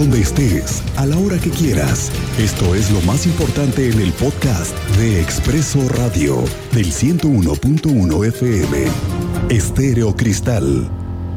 donde estés, a la hora que quieras. Esto es lo más importante en el podcast de Expreso Radio del 101.1 FM. Estéreo Cristal.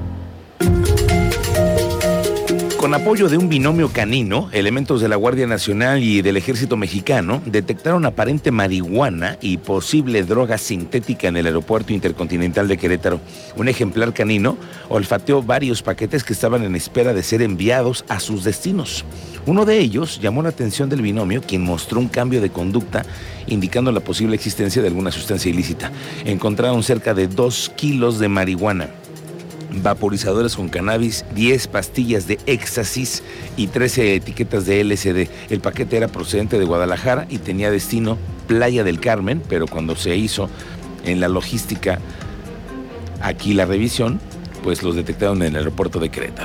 Con apoyo de un binomio canino, elementos de la Guardia Nacional y del Ejército Mexicano detectaron aparente marihuana y posible droga sintética en el Aeropuerto Intercontinental de Querétaro. Un ejemplar canino olfateó varios paquetes que estaban en espera de ser enviados a sus destinos. Uno de ellos llamó la atención del binomio, quien mostró un cambio de conducta indicando la posible existencia de alguna sustancia ilícita. Encontraron cerca de 2 kilos de marihuana, vaporizadores con cannabis, 10 pastillas de éxtasis y 13 etiquetas de LSD. El paquete era procedente de Guadalajara y tenía destino Playa del Carmen, pero cuando se hizo en la logística aquí la revisión, pues los detectaron en el aeropuerto de Querétaro.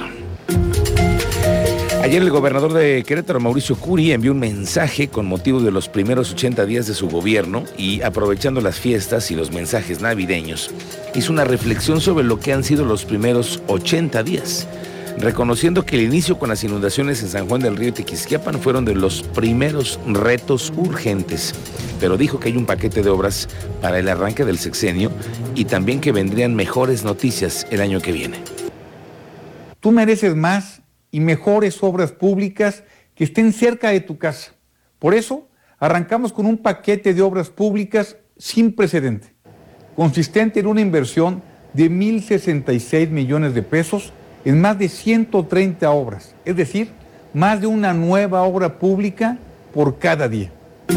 Ayer el gobernador de Querétaro, Mauricio Curi, envió un mensaje con motivo de los primeros 80 días de su gobierno y, aprovechando las fiestas y los mensajes navideños, hizo una reflexión sobre lo que han sido los primeros 80 días, reconociendo que el inicio con las inundaciones en San Juan del Río y Tequisquiapan fueron de los primeros retos urgentes, pero dijo que hay un paquete de obras para el arranque del sexenio y también que vendrían mejores noticias el año que viene. Tú mereces más y mejores obras públicas que estén cerca de tu casa. Por eso, arrancamos con un paquete de obras públicas sin precedente, consistente en una inversión de 1,066 millones de pesos en más de 130 obras, es decir, más de una nueva obra pública por cada día.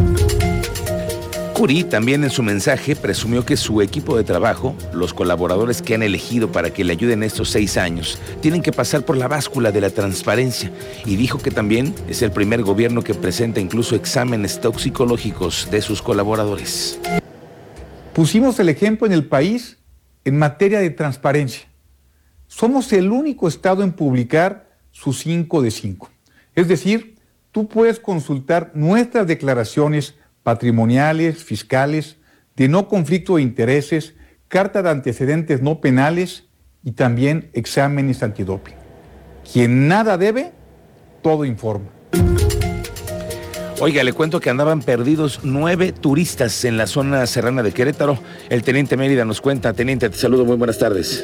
Curi también en su mensaje presumió que su equipo de trabajo, los colaboradores que han elegido para que le ayuden estos 6 años, tienen que pasar por la báscula de la transparencia, y dijo que también es el primer gobierno que presenta incluso exámenes toxicológicos de sus colaboradores. Pusimos el ejemplo en el país en materia de transparencia. Somos el único estado en publicar su 5 de 5. Es decir, tú puedes consultar nuestras declaraciones patrimoniales, fiscales, de no conflicto de intereses, carta de antecedentes no penales y también exámenes antidoping. Quien nada debe, todo informa. Oiga, le cuento que andaban perdidos 9 turistas en la zona serrana de Querétaro. El teniente Mérida nos cuenta. Teniente, te saludo, muy buenas tardes.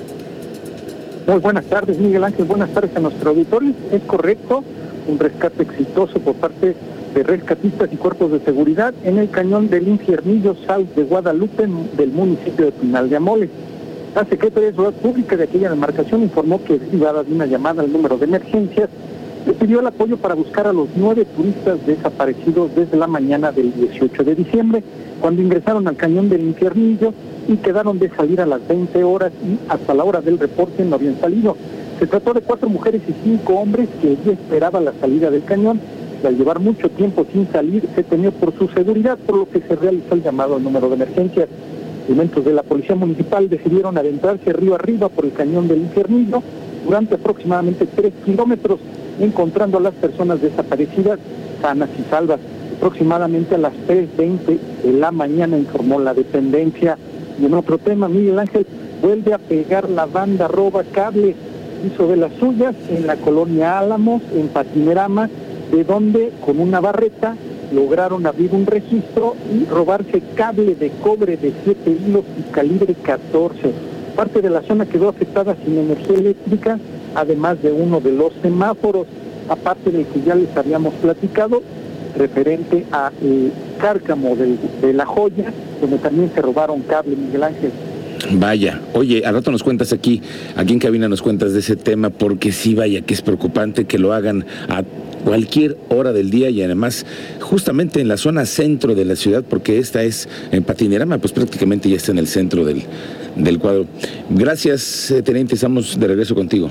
Muy buenas tardes, Miguel Ángel, buenas tardes a nuestro auditorio. Es correcto, un rescate exitoso por parte de rescatistas y cuerpos de seguridad en el cañón del Infiernillo South de Guadalupe, del municipio de Pinal de Amole. La Secretaría de Seguridad Pública de aquella demarcación informó que, derivada de una llamada al número de emergencias, le pidió el apoyo para buscar a los 9 turistas desaparecidos desde la mañana del 18 de diciembre, cuando ingresaron al cañón del Infiernillo y quedaron de salir a las 20 horas y hasta la hora del reporte no habían salido. Se trató de 4 mujeres y 5 hombres que ya esperaban la salida del cañón. Al llevar mucho tiempo sin salir, se temió por su seguridad, por lo que se realizó el llamado al número de emergencias. Elementos de la Policía Municipal decidieron adentrarse río arriba por el cañón del Infiernillo durante aproximadamente 3 kilómetros, encontrando a las personas desaparecidas sanas y salvas. Aproximadamente a las 3:20 de la mañana, informó la dependencia. Y en otro tema, Miguel Ángel, vuelve a pegar la banda roba cables. Hizo de las suyas en la colonia Álamos, en Patinerama, de donde con una barreta lograron abrir un registro y robarse cable de cobre de 7 hilos y calibre 14. Parte de la zona quedó afectada sin energía eléctrica, además de uno de los semáforos, aparte del que ya les habíamos platicado, referente a Cárcamo de La Joya, donde también se robaron cable, Miguel Ángel. Vaya, oye, al rato nos cuentas aquí en cabina nos cuentas de ese tema, porque sí, vaya, que es preocupante que lo hagan a cualquier hora del día y además justamente en la zona centro de la ciudad, porque esta es en Patinerama, pues prácticamente ya está en el centro del cuadro. Gracias, teniente, estamos de regreso contigo.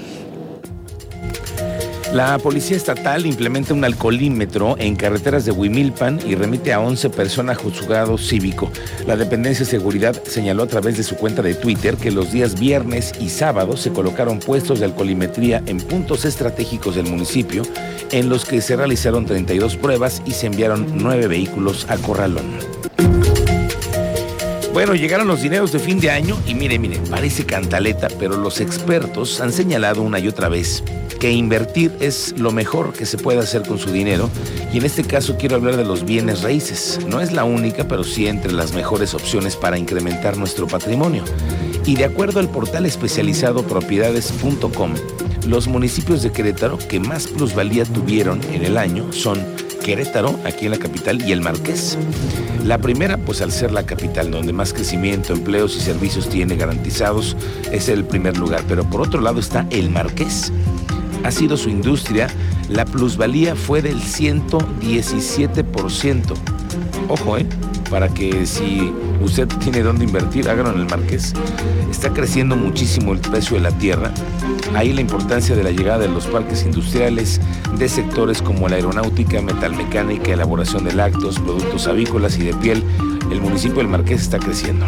La Policía Estatal implementa un alcoholímetro en carreteras de Huimilpan y remite a 11 personas a juzgado cívico. La Dependencia de Seguridad señaló a través de su cuenta de Twitter que los días viernes y sábados se colocaron puestos de alcoholimetría en puntos estratégicos del municipio, en los que se realizaron 32 pruebas y se enviaron 9 vehículos a Corralón. Bueno, llegaron los dineros de fin de año y mire, parece cantaleta, pero los expertos han señalado una y otra vez que invertir es lo mejor que se puede hacer con su dinero, y en este caso quiero hablar de los bienes raíces. No es la única, pero sí entre las mejores opciones para incrementar nuestro patrimonio. Y de acuerdo al portal especializado propiedades.com, los municipios de Querétaro que más plusvalía tuvieron en el año son Querétaro, aquí en la capital, y el Marqués. La primera, pues al ser la capital, donde más crecimiento, empleos y servicios tiene garantizados, es el primer lugar. Pero por otro lado está el Marqués. Ha sido su industria, la plusvalía fue del 117%. Ojo, para que si usted tiene dónde invertir, hágalo en el Marqués. Está creciendo muchísimo el precio de la tierra. Ahí la importancia de la llegada de los parques industriales, de sectores como la aeronáutica, metalmecánica, elaboración de lácteos, productos avícolas y de piel. El municipio del Marqués está creciendo.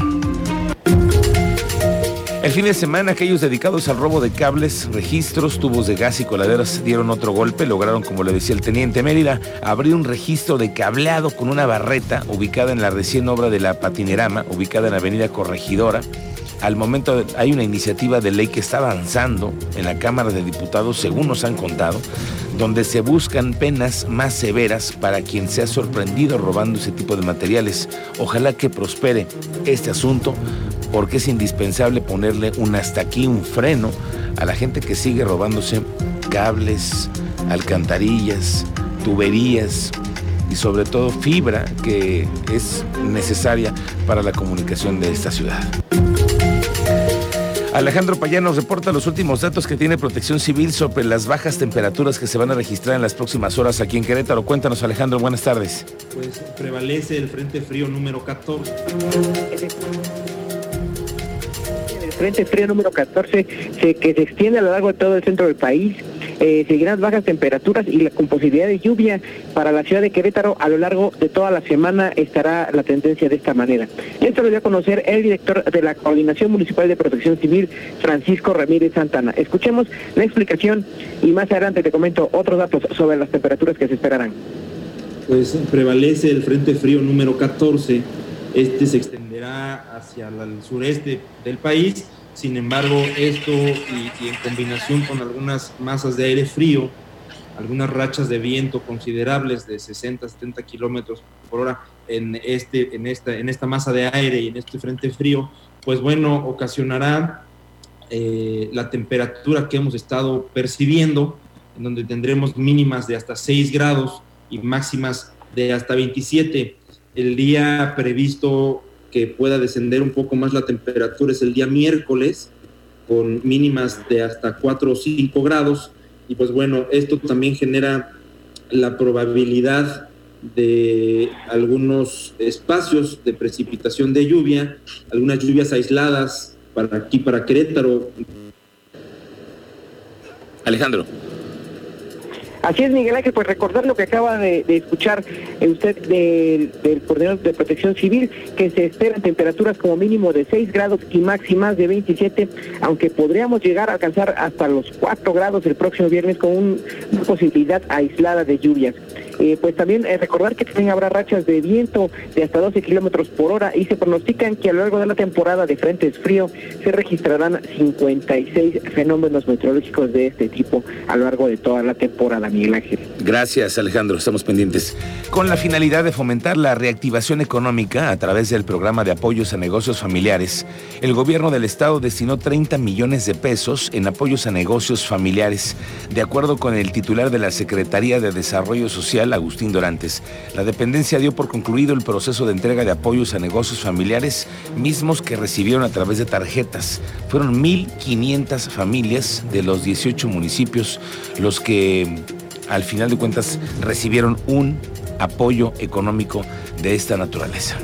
El fin de semana, aquellos dedicados al robo de cables, registros, tubos de gas y coladeras dieron otro golpe. Lograron, como le decía el teniente Mérida, abrir un registro de cableado con una barreta ubicada en la recién obra de la Patinerama, ubicada en la avenida Corregidora. Al momento hay una iniciativa de ley que está avanzando en la Cámara de Diputados, según nos han contado, donde se buscan penas más severas para quien se ha sorprendido robando ese tipo de materiales. Ojalá que prospere este asunto, porque es indispensable ponerle un hasta aquí, un freno a la gente que sigue robándose cables, alcantarillas, tuberías y sobre todo fibra que es necesaria para la comunicación de esta ciudad. Alejandro Payán nos reporta los últimos datos que tiene Protección Civil sobre las bajas temperaturas que se van a registrar en las próximas horas aquí en Querétaro. Cuéntanos, Alejandro, buenas tardes. Pues prevalece el Frente Frío número 14. El Frente Frío número 14 que se extiende a lo largo de todo el centro del país. Seguirán bajas temperaturas y con posibilidad de lluvia para la ciudad de Querétaro. A lo largo de toda la semana estará la tendencia de esta manera. Esto lo dio a conocer el director de la Coordinación Municipal de Protección Civil, Francisco Ramírez Santana. Escuchemos la explicación y más adelante te comento otros datos sobre las temperaturas que se esperarán. Pues prevalece el Frente Frío número 14. Este se extenderá hacia el sureste del país. Sin embargo, esto y en combinación con algunas masas de aire frío, algunas rachas de viento considerables de 60-70 kilómetros por hora en esta masa de aire y en este frente frío, pues bueno, ocasionará la temperatura que hemos estado percibiendo, en donde tendremos mínimas de hasta 6 grados y máximas de hasta 27. El día previsto que pueda descender un poco más la temperatura es el día miércoles, con mínimas de hasta 4 o 5 grados, y pues bueno, esto también genera la probabilidad de algunos espacios de precipitación de lluvia, algunas lluvias aisladas para Querétaro. Alejandro. Así es, Miguel Ángel, pues recordar lo que acaba de escuchar usted del coordinador de Protección Civil, que se esperan temperaturas como mínimo de 6 grados y máximas de 27, aunque podríamos llegar a alcanzar hasta los 4 grados el próximo viernes con una posibilidad aislada de lluvias. Pues también recordar que también habrá rachas de viento de hasta 12 kilómetros por hora y se pronostican que a lo largo de la temporada de frentes frío se registrarán 56 fenómenos meteorológicos de este tipo a lo largo de toda la temporada, Miguel Ángel. Gracias, Alejandro, estamos pendientes. Con la finalidad de fomentar la reactivación económica a través del programa de apoyos a negocios familiares, el gobierno del estado destinó 30 millones de pesos en apoyos a negocios familiares. De acuerdo con el titular de la Secretaría de Desarrollo Social, Agustín Dorantes, la dependencia dio por concluido el proceso de entrega de apoyos a negocios familiares, mismos que recibieron a través de tarjetas. Fueron 1,500 familias de los 18 municipios los que, al final de cuentas, recibieron un apoyo económico de esta naturaleza.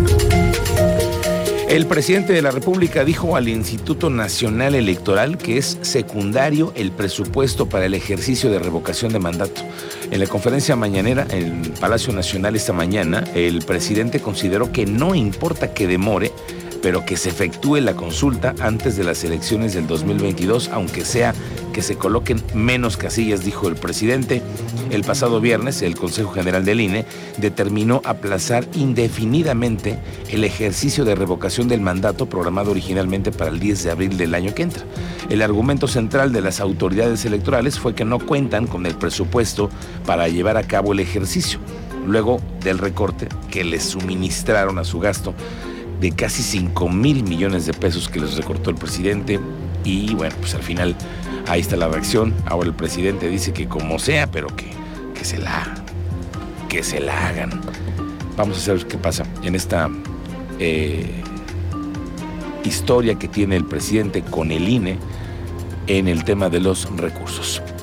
El presidente de la República dijo al Instituto Nacional Electoral que es secundario el presupuesto para el ejercicio de revocación de mandato. En la conferencia mañanera en Palacio Nacional esta mañana, el presidente consideró que no importa que demore, pero que se efectúe la consulta antes de las elecciones del 2022, aunque sea que se coloquen menos casillas, dijo el presidente. El pasado viernes, el Consejo General del INE determinó aplazar indefinidamente el ejercicio de revocación del mandato programado originalmente para el 10 de abril del año que entra. El argumento central de las autoridades electorales fue que no cuentan con el presupuesto para llevar a cabo el ejercicio, luego del recorte que les suministraron a su gasto de casi 5,000 millones de pesos que les recortó el presidente. Y bueno, pues al final ahí está la reacción. Ahora el presidente dice que como sea, pero que se la hagan. Vamos a ver qué pasa en esta historia que tiene el presidente con el INE en el tema de los recursos.